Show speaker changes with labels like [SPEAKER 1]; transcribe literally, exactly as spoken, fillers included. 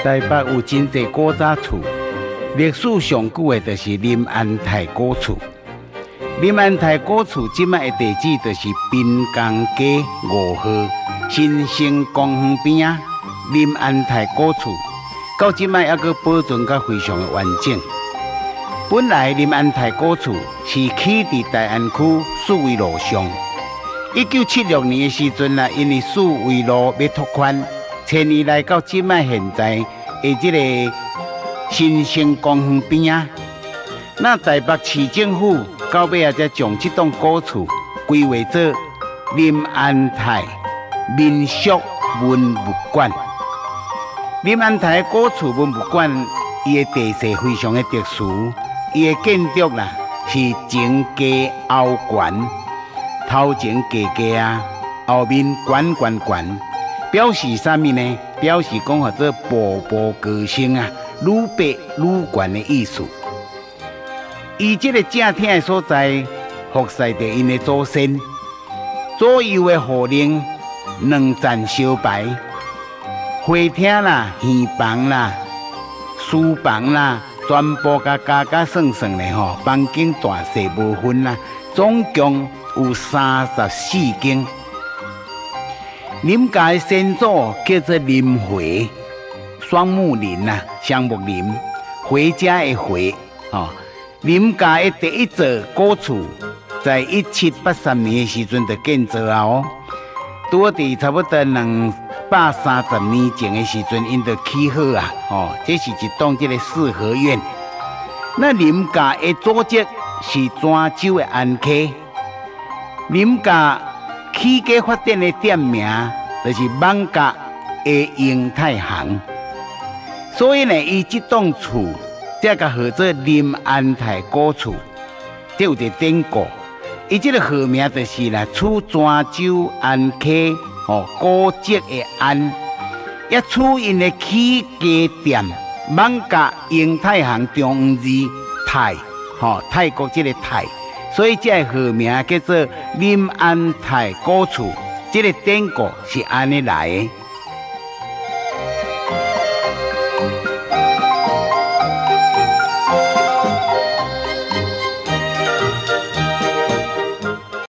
[SPEAKER 1] 台北有真侪古早厝，历史上久的就是林安泰古厝。林安泰古厝即摆的地址就是滨江街五号新生公园边啊。林安泰古厝到即摆还阁保存甲非常的完整。本来林安泰古厝是起伫大安区四维路上。一九七六年的时阵啦，因为四维路要拓宽，迁移来到即摆现在的即个新生公园边啊。那台北市政府到尾啊，才将这栋古厝规划做林安泰民俗文物馆。林安泰古厝文物馆，伊的地势非常的特殊，伊的建筑啦是前低后悬，头前低低啊，后面悬悬悬，表示啥物呢？表示讲或者步步高升啊，愈爬愈悬的意思。伊这个正厅的所在，服侍着因的祖先，左右的护灵两盏烧牌，会厅啦、戏房啦、书房啦，全部甲加加算算咧吼，房间大细无分啦，总共有三十四间。林家的先祖叫做林回，双木林呐，双木林，回家的回哦。林家的第一座古厝，在一七八三年的时阵就建造啊哦，拄伫差不多两百三十年前的时阵，因就起好啊哦，这是一栋这个四合院。那林家的祖籍是泉州的安溪，林家起家发展的店名就是艋舺的永泰行，所以呢，伊这栋厝。这个号做林安泰古厝，这有一个典故。伊这个号名就是啦，取泉州安溪哦古迹的安，也取因的起家店艋舺永泰行中央字泰，吼泰国这个泰，所以这个号名叫做林安泰古厝。这个典故是安尼来的。